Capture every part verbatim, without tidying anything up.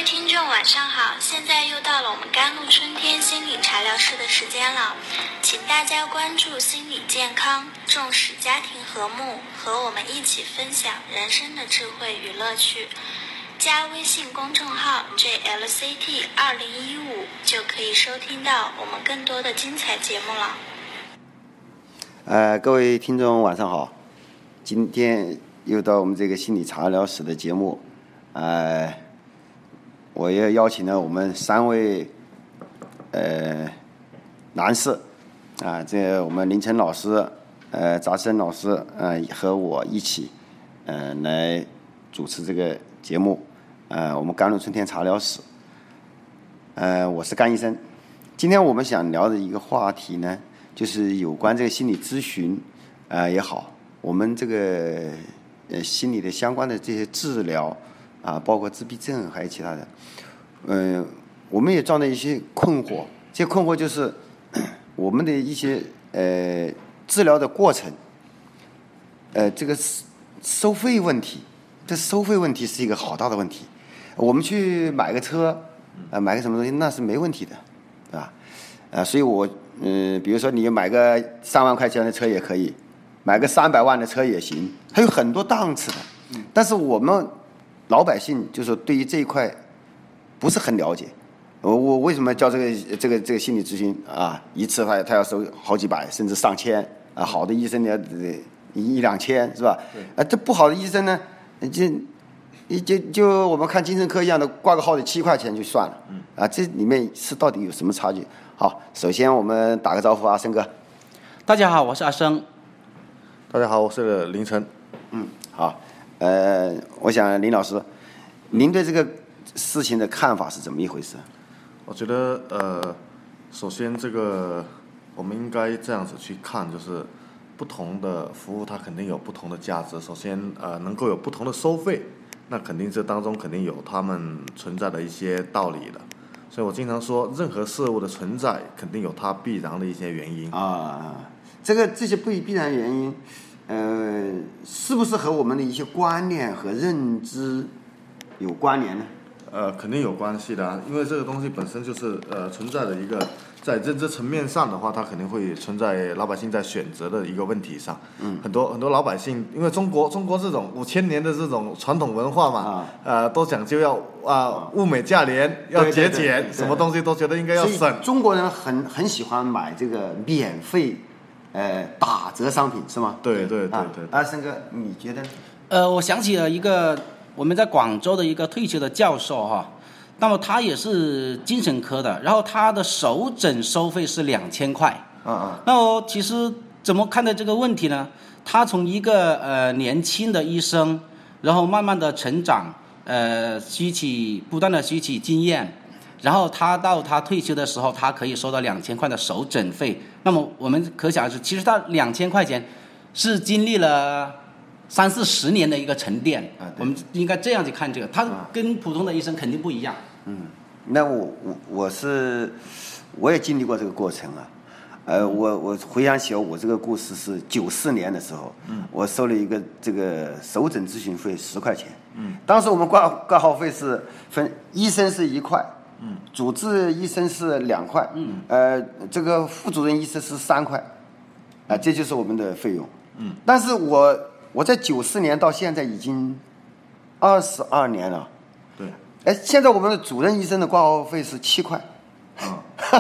听众晚上好，现在又到了我们甘露春天心理茶疗室的时间了，请大家关注心理健康，重视家庭和睦，和我们一起分享人生的智慧与乐趣。加微信公众号 J L C T 二零一五就可以收听到我们更多的精彩节目了。 呃，各位听众晚上好，今天又到我们这个心理茶疗室的节目，呃，我也邀请了我们三位呃男士啊、呃，这我们林晨老师、呃扎生老师呃和我一起呃来主持这个节目，呃，我们甘露春天茶疗室，呃，我是甘医生。今天我们想聊的一个话题呢，就是有关这个心理咨询，呃也好，我们这个呃心理的相关的这些治疗啊、呃，包括自闭症还有其他的，嗯、呃，我们也撞到一些困惑，这些困惑就是我们的一些呃治疗的过程，呃，这个收费问题，这收费问题是一个好大的问题。我们去买个车，呃，买个什么东西那是没问题的，对吧？呃，所以我嗯、呃，比如说你买个三万块钱的车也可以，买个三百万的车也行，它有很多档次的。但是我们老百姓就是对于这一块不是很了解。我我为什么叫这个这个这个心理咨询啊？一次他他要收好几百甚至上千啊，好的医生要一两千是吧？啊，这不好的医生呢，就就就我们看精神科一样的，挂个号的七块钱就算了。啊，这里面是到底有什么差距？好，首先我们打个招呼，阿生哥。 大家好，我是阿生。 大家好，我是林晨。 嗯，好，呃，我想林老师，您对这个事情的看法是怎么一回事？ 我觉得呃，首先这个我们应该这样子去看，就是不同的服务它肯定有不同的价值。首先呃，能够有不同的收费，那肯定这当中肯定有他们存在的一些道理的。所以我经常说，任何事物的存在肯定有它必然的一些原因啊。这个这些不必然原因，呃，是不是和我们的一些观念和认知有关联呢？ 呃，肯定有关系的、啊，因为这个东西本身就是呃存在的一个在认知层面上的话，它肯定会存在老百姓在选择的一个问题上。嗯，很多很多老百姓，因为中国中国这种五千年的这种传统文化嘛，啊、呃，都讲究要啊、呃、物美价廉，要节俭，什么东西都觉得应该要省。 中国人很很喜欢买这个免费呃打折商品，是吗？ 对对对对。 阿生哥，你觉得？ 呃，我想起了一个。我们在广州的一个退休的教授哈，那么他也是精神科的，然后他的首诊收费是两千块。 啊啊。 那么其实怎么看待这个问题呢？他从一个呃年轻的医生，然后慢慢的成长，呃，吸取不断的吸取经验，然后他到他退休的时候，他可以收到两千块的首诊费。那么我们可想而知，其实他两千块钱是经历了三四十年的一个沉淀，啊、我们应该这样去看这个，他跟普通的医生肯定不一样。 嗯，那我我我是我也经历过这个过程啊，呃，我我回想起我这个故事是九四年的时候，嗯，我收了一个这个首诊咨询费十块钱，嗯，当时我们挂挂号费是分医生是一块，嗯，主治医生是两块，嗯，呃，这个副主任医生是三块，啊、呃，这就是我们的费用，嗯，但是我。我在九四年到现在已经二十二年了， 对， 哎，现在我们的主任医生的挂号费是七块， 啊、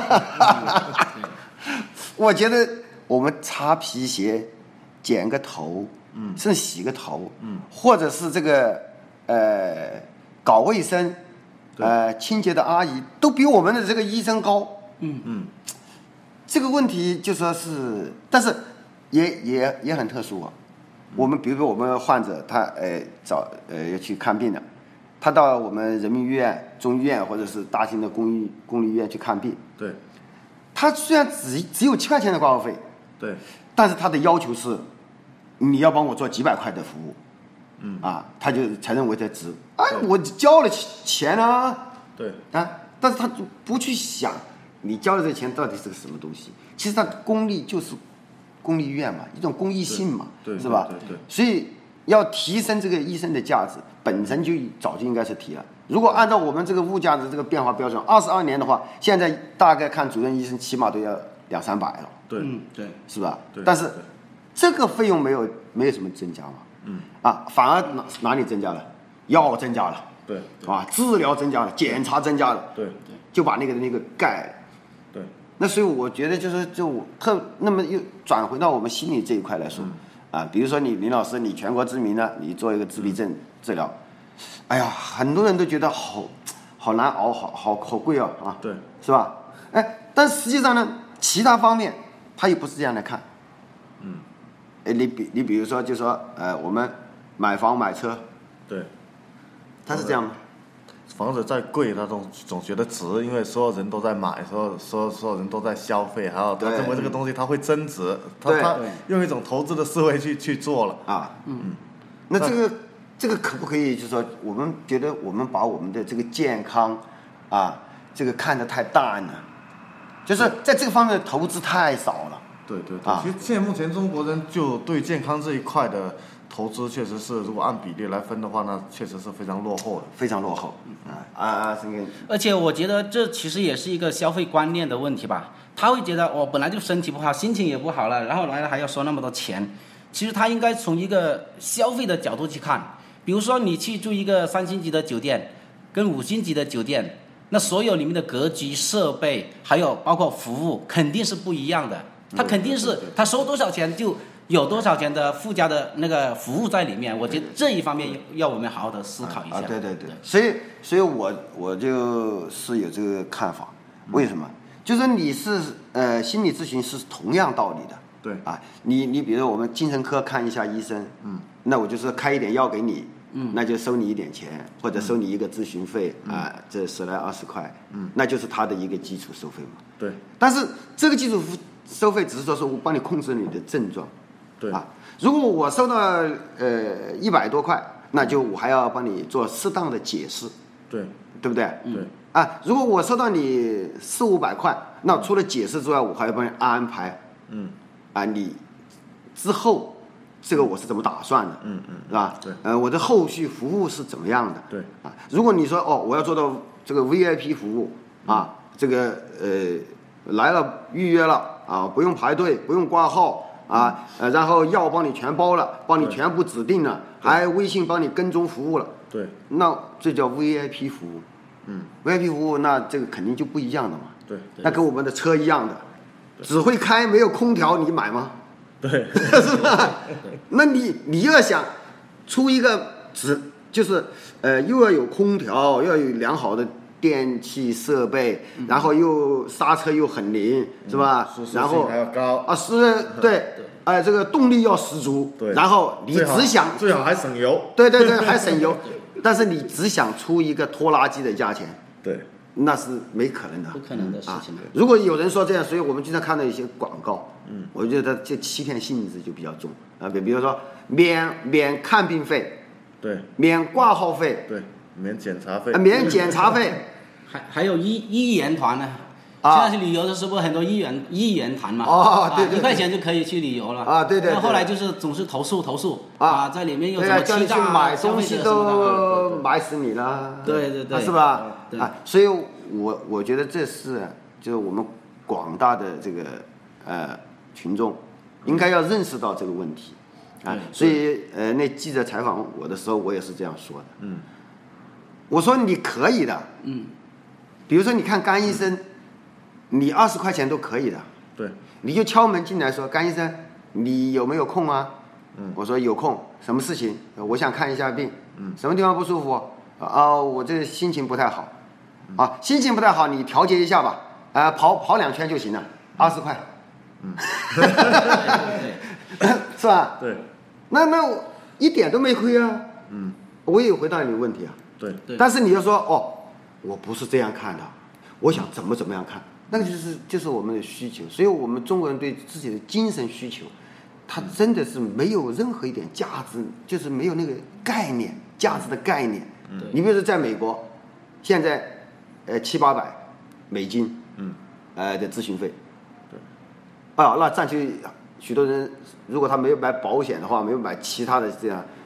嗯，我觉得我们擦皮鞋、剪个头，嗯，甚至洗个头，嗯，或者是这个呃搞卫生，呃清洁的阿姨都比我们的这个医生高， 嗯嗯， 这个问题就说是，但是也也也很特殊啊。我们比如说，我们患者他呃找呃要去看病的，他到我们人民医院、中医院或者是大型的公立公立医院去看病， 对， 他虽然只只有七块钱的挂号费， 对， 但是他的要求是你要帮我做几百块的服务， 嗯啊，他就才认为这值。哎，我交了钱啊， 对啊，但是他就不去想你交的这个钱到底是个什么东西。其实他公立就是公立医院嘛，一种公益性嘛， 对， 是吧？ 对 对, 对。 所以要提升这个医生的价值，本身就早就应该是提了。如果按照我们这个物价的这个变化标准，二十二年的话，现在大概看主任医生起码都要两三百了， 对， 嗯，对， 是吧？ 对但是对这个费用没有没有什么增加嘛， 嗯， 啊，反而哪哪里增加了？药增加了， 对， 啊，治疗增加了，检查增加了， 对， 就把那个那个盖了。 对， 那所以我觉得就是就特那么又转回到我们心理这一块来说， 嗯、 啊，比如说你林老师，你全国知名的，你做一个自闭症治疗，哎呀，很多人都觉得好好难熬，好好好贵哦，啊， 对， 是吧？哎，但实际上呢，其他方面他又不是这样来看， 嗯， 哎，你比你比如说，就说呃，我们买房买车， 对， 他是这样吗？ 房子再贵，他总总觉得值，因为所有人都在买，所有所有所有人都在消费，还有他认为这个东西它会增值，他他用一种投资的思维去去做了啊，嗯，那这个这个可不可以就是说，我们觉得我们把我们的这个健康啊，这个看得太淡了，就是在这个方面的投资太少了。 对对对，啊、其实现在目前中国人就对健康这一块的投资确实是，如果按比例来分的话，那确实是非常落后的， 非常落后。啊啊啊！这个， 而且我觉得这其实也是一个消费观念的问题吧。他会觉得我、哦、本来就身体不好，心情也不好了，然后来了还要收那么多钱。其实他应该从一个消费的角度去看，比如说你去住一个三星级的酒店，跟五星级的酒店，那所有里面的格局、设备，还有包括服务，肯定是不一样的。他肯定是他收多少钱就有多少钱的附加的那个服务在里面，我觉得这一方面要我们好好的思考一下。 啊，对对对，所以所以我我就是有这个看法，为什么？就是你是呃心理咨询是同样道理的。 对啊，你你比如说我们精神科看一下医生，嗯，那我就是开一点药给你，嗯，那就收你一点钱，或者收你一个咨询费、嗯、啊，这十来二十块，嗯，那就是他的一个基础收费嘛。 对， 但是这个基础收费只是说是我帮你控制你的症状， 对啊，如果我收到呃一百多块，那就我还要帮你做适当的解释， 对， 对不对？ 对， 啊，如果我收到你四五百块，那除了解释之外，我还要帮你安排， 嗯， 啊，你之后这个我是怎么打算的， 嗯嗯， 是吧？ 对， 呃，我的后续服务是怎么样的？ 对， 啊，如果你说哦，我要做到这个 V I P 服务啊，这个呃来了预约了。啊，不用排队，不用挂号啊，呃，然后药帮你全包了，帮你全部指定了，还微信帮你跟踪服务了。 对， 那这叫 V I P 服务。 嗯 ，V I P 服务那这个肯定就不一样的嘛。 对， 那跟我们的车一样的，只会开没有空调，你买吗？ 对， 是吧？那你你要想出一个只就是呃又要有空调，又要有良好的。电器设备，然后又刹车又很灵，是吧？ 嗯、 然后还要高啊，是，对，哎、呃，这个动力要十足。 对， 然后你只想最好还省油。 对对对，还省油，但是你只想出一个拖拉机的价钱， 对， 那是没可能的， 不可能的事情、 啊。如果有人说这样，所以我们经常看到一些广告，嗯，我觉得这欺骗性质就比较重啊，比比如说免免看病费， 对， 免挂号费， 对，免检查费， 啊，免检查费。 还还有医医研团呢， 啊、 现在去旅游的时候不是很多医院医研团嘛？ 哦，对 对, 对， 一、啊、块钱就可以去旅游了。 啊，对对。 那后来就是总是投诉投诉啊， 啊在里面又什么欺诈、 啊、买东西都买死你了。 对对对， 啊、是吧？ 对啊，所以我我觉得这是就是我们广大的这个呃群众应该要认识到这个问题啊。所以呃，那记者采访我的时候，我也是这样说的。 嗯， 我说你可以的。 嗯。 比如说，你看甘医生，嗯、你二十块钱都可以的。 对。 你就敲门进来说：“甘医生，你有没有空啊？”嗯。我说有空，什么事情？我想看一下病。嗯。什么地方不舒服？啊，我这心情不太好。嗯、啊，心情不太好，你调节一下吧。啊、呃，跑跑两圈就行了，二十块。嗯。是吧？ 对。 那那我一点都没亏啊。 嗯。 我也有回答你的问题啊。 对。 但是你要说哦。我不是这样看的，我想怎么怎么样看，那个就是就是我们的需求，所以我们中国人对自己的精神需求，他真的是没有任何一点价值，就是没有那个概念，价值的概念。嗯、你比如说在美国，现在呃七八百美金，嗯，呃的咨询费，对，啊，那占去许多人，如果他没有买保险的话，没有买其他的这样，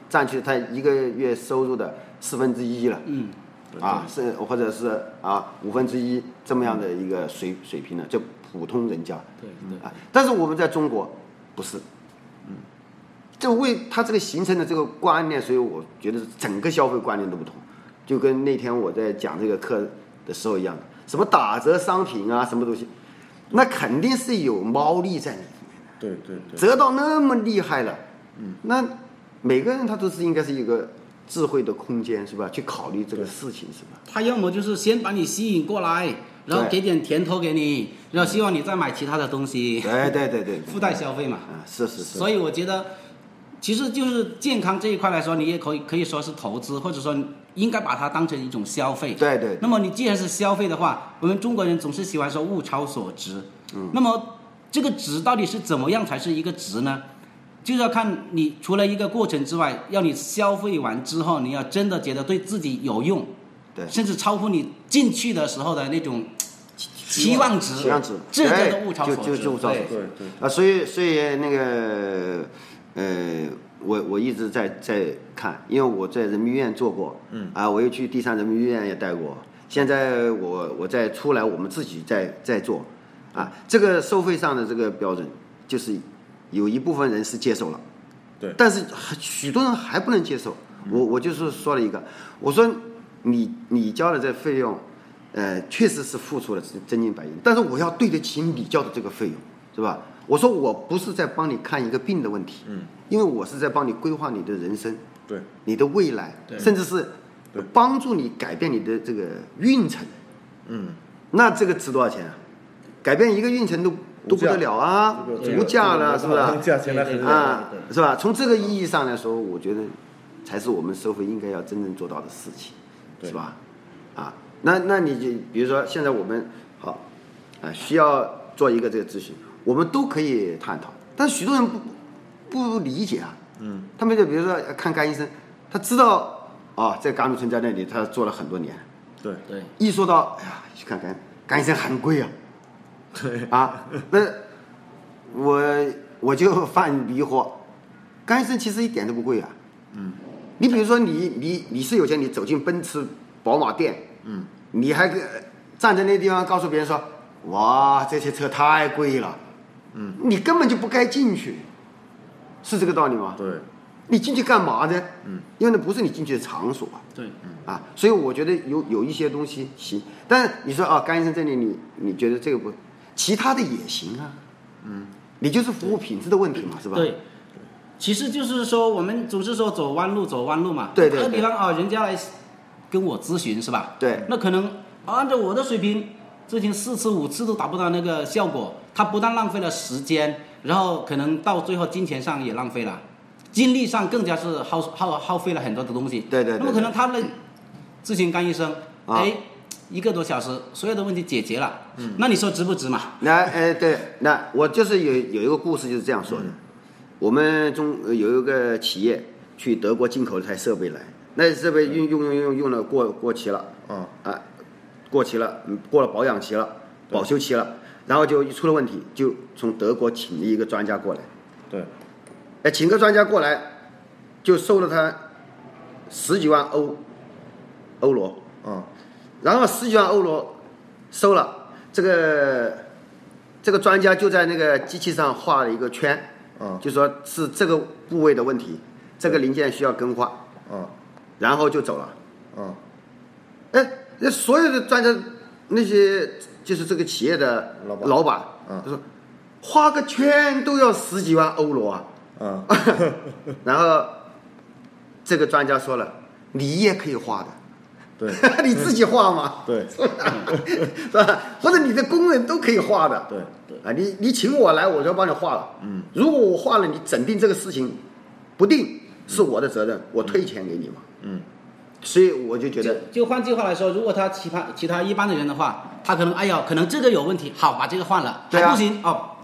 占据他一个月收入的四分之一了， 嗯， 啊，是或者是啊五分之一这么样的一个水水平了，就普通人家， 对对啊，但是我们在中国不是，嗯，这为他这个形成的这个观念，所以我觉得整个消费观念都不同，就跟那天我在讲这个课的时候一样的，什么打折商品啊，什么东西，那肯定是有猫腻在里面的， 对对对， 折到那么厉害了，嗯，那每个人他都是应该是一个智慧的空间，是吧？去考虑这个事情，是吧？ 他要么就是先把你吸引过来，然后给点甜头给你，然后希望你再买其他的东西， 对对对对， 附带消费嘛。 啊，是是是。 所以我觉得，其实就是健康这一块来说，你也可以可以说是投资，或者说应该把它当成一种消费。 对对。 那么你既然是消费的话，我们中国人总是喜欢说物超所值。嗯。那么这个值到底是怎么样才是一个值呢？就是要看你除了一个过程之外，要你消费完之后，你要真的觉得对自己有用， 对， 甚至超乎你进去的时候的那种期望值， 期望值， 这叫做物超所值， 就就就物超所值， 对对啊，所以所以那个呃，我我一直在在看，因为我在人民医院做过，嗯，啊，我又去第三人民医院也待过，现在我我再出来，我们自己在在做，啊，这个收费上的这个标准就是。有一部分人是接受了， 对， 但是许多人还不能接受。我我就是说了一个，我说你你交的这费用，呃，确实是付出了真金白银，但是我要对得起你交的这个费用，是吧？我说我不是在帮你看一个病的问题，嗯，因为我是在帮你规划你的人生， 对， 你的未来，甚至是帮助你改变你的这个运程，嗯，那这个值多少钱啊？改变一个运程都。都不得了啊，无价了，是吧？ 价钱了很啊，是吧？从这个意义上来说，我觉得才是我们收费应该要真正做到的事情，是吧？啊，那那你就比如说现在我们好啊，需要做一个这个咨询，我们都可以探讨，但是许多人不不理解啊，嗯，他们就比如说看肝医生，他知道啊，在甘露春在那里他做了很多年， 对对， 一说到哎呀，去看肝肝医生很贵啊。 对啊，那我我就犯迷惑，肝医生其实一点都不贵啊。嗯，你比如说你你你是有钱，你走进奔驰、宝马店，嗯，你还站在那地方告诉别人说，哇，这些车太贵了，嗯，你根本就不该进去，是这个道理吗？ 对， 你进去干嘛呢？嗯，因为那不是你进去的场所啊。 对， 嗯啊，所以我觉得有有一些东西行，但是你说啊，肝医生这里你你觉得这个不？其他的也行啊，嗯，你就是服务品质的问题嘛，是吧？ 对，其实就是说我们总是说走弯路，走弯路嘛。 对对对。 打个比方啊，人家来跟我咨询是吧？ 对。 那可能按照我的水平，咨询四次五次都达不到那个效果，他不但浪费了时间，然后可能到最后金钱上也浪费了，精力上更加是耗耗耗费了很多的东西。 对对对。 那么可能他来咨询肝医生， 啊、 哎。一个多小时，所有的问题解决了，嗯，那你说值不值嘛？ 那哎对，那我就是有有一个故事就是这样说的，嗯、我们中有一个企业去德国进口了台设备来，那设备用用用用用了过过期了，嗯啊，过期了，过了保养期了，保修期了，然后就出了问题，就从德国请了一个专家过来， 对， 哎，请个专家过来，就收了他十几万欧欧罗，嗯。然后十几万欧罗收了，这个这个专家就在那个机器上画了一个圈，嗯，就说是这个部位的问题，这个零件需要更换，嗯，然后就走了，嗯，哎，那所有的专家那些就是这个企业的老板，老板，嗯，他说画个圈都要十几万欧罗啊，嗯，然后这个专家说了，你也可以画的。 对， 你自己画嘛， 对， 是吧？或者你的工人都可以画的， 对对啊，你你请我来，我就帮你画了。嗯，如果我画了，你整定这个事情不定是我的责任，我退钱给你嘛。嗯，所以我就觉得， 就换句话来说，如果他其他其他一般的人的话，他可能哎呀，可能这个有问题，好把这个换了， 对啊、 还不行哦，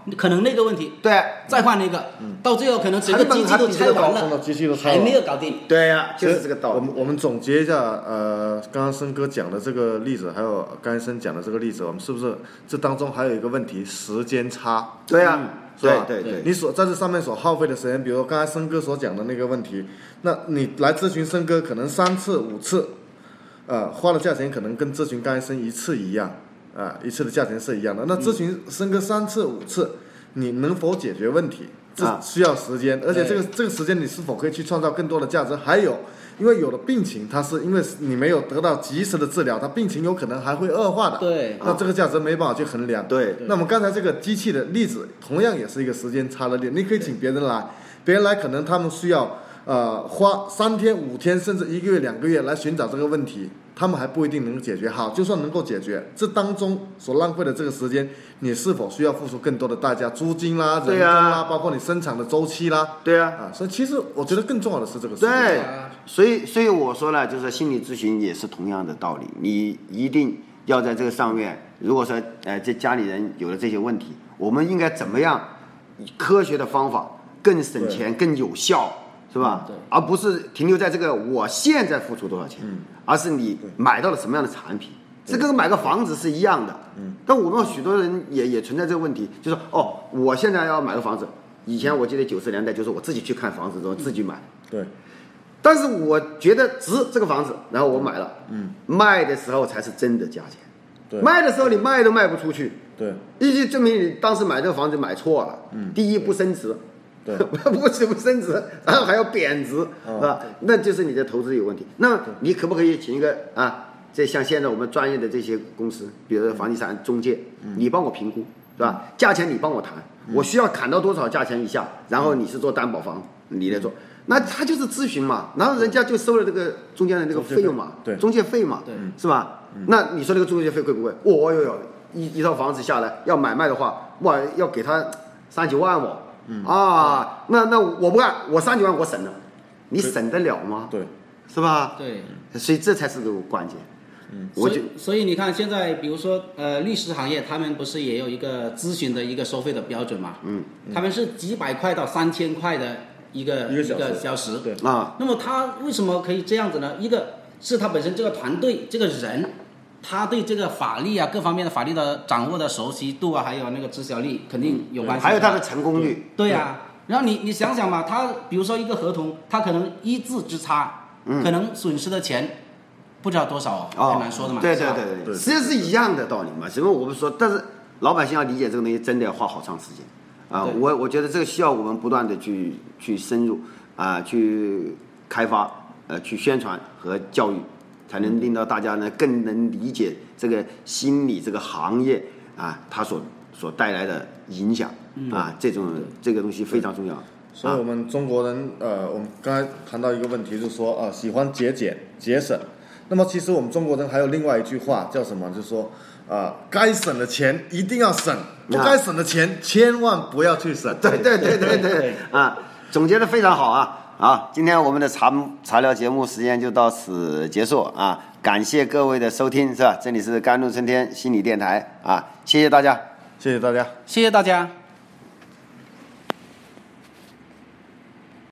可能那个问题对， 再换那个， 嗯到最后可能整个机器都拆完了， 机器都拆还完没有搞定。 对呀、就是这个道理。 我们我们总结一下，呃，刚刚森哥讲的这个例子，还有刚才森讲的这个例子，我们是不是这当中还有一个问题，时间差？ 对呀、 嗯是吧？ 对对对， 你所在这上面所耗费的时间，比如刚才森哥所讲的那个问题，那你来咨询森哥可能三次五次，呃，花的价钱可能跟咨询刚才森一次一样，啊、呃，一次的价钱是一样的。那咨询森哥三次五次，你能否解决问题？这需要时间，而且这个这个时间你是否可以去创造更多的价值？还有，因为有的病情它是因为你没有得到及时的治疗，它病情有可能还会恶化的。 对， 那这个价值没办法去衡量。 对， 那么刚才这个机器的例子，同样也是一个时间差的例。你可以请别人来，别人来可能他们需要呃花三天、五天，甚至一个月、两个月来寻找这个问题，他们还不一定能够解决好。就算能够解决，这当中所浪费的这个时间，你是否需要付出更多的代价？租金啦、人工啦，包括你生产的周期啦。 对啊， 啊，所以其实我觉得更重要的是这个时间。 对，所以所以我说呢，就是心理咨询也是同样的道理，你一定要在这个上面，如果说呃这家里人有了这些问题，我们应该怎么样以科学的方法更省钱、更有效，是吧？ 对， 而不是停留在这个我现在付出多少钱， 嗯、 而是你买到了什么样的产品。这跟买个房子是一样的，嗯，但我们许多人也也存在这个问题，就是哦，我现在要买个房子，以前我记得九十年代就是我自己去看房子，然后自己买， 对， 但是我觉得值这个房子，然后我买了， 嗯， 卖的时候才是真的价钱， 对， 卖的时候你卖都卖不出去， 对， 一就证明你当时买这个房子买错了， 嗯， 第一不升值， 对， 不仅不升值，然后还要贬值， 哦、 是吧？那就是你的投资有问题。那你可不可以请一个啊？这像现在我们专业的这些公司，比如说房地产中介， 嗯、 你帮我评估，是吧？价钱你帮我谈，嗯、我需要砍到多少价钱以下，然后你是做担保房，你来做，那他就是咨询嘛，然后人家就收了这个中间的那个费用嘛， 对， 中介费嘛， 对， 是吧？嗯、那你说这个中介费贵不贵？哦哟哟，一一套房子下来要买卖的话，哇，要给他三几万哦，嗯、啊，那那我不干，我三几万我省了，你省得了吗？ 对， 是吧？ 对， 所以这才是个关键。 嗯，所以所以你看，现在比如说呃，律师行业他们不是也有一个咨询的一个收费的标准嘛？ 嗯， 他们是几百块到三千块的一个一个小时， 一个小时对啊。 那么他为什么可以这样子呢？一个是他本身这个团队这个人，他对这个法律啊各方面的法律的掌握的熟悉度啊，还有那个知晓力肯定有关系。 还有他的成功率。 对呀、啊，然后你你想想嘛，他比如说一个合同，他可能一字之差， 嗯、 可能损失的钱。不知道多少， 哦， 很难说的嘛。 对对对对，实际上是一样的道理嘛。只不过我们说，但是老百姓要理解这个东西，真的要花好长时间啊。我我觉得这个需要我们不断的去去深入啊，去开发、呃，去宣传和教育，才能令到大家呢更能理解这个心理这个行业啊，它所所带来的影响啊，这种这个东西非常重要。 所以我们中国人，呃，我们刚才谈到一个问题，就是说，呃，喜欢节俭节省。那么其实我们中国人还有另外一句话叫什么？就是说，呃，该省的钱一定要省，不该省的钱千万不要去省。 对对对对对，啊，总结的非常好啊！啊，今天我们的茶茶聊节目时间就到此结束啊，感谢各位的收听，是吧？这里是甘露春天心理电台啊，谢谢大家， 谢谢大家， 谢谢大家。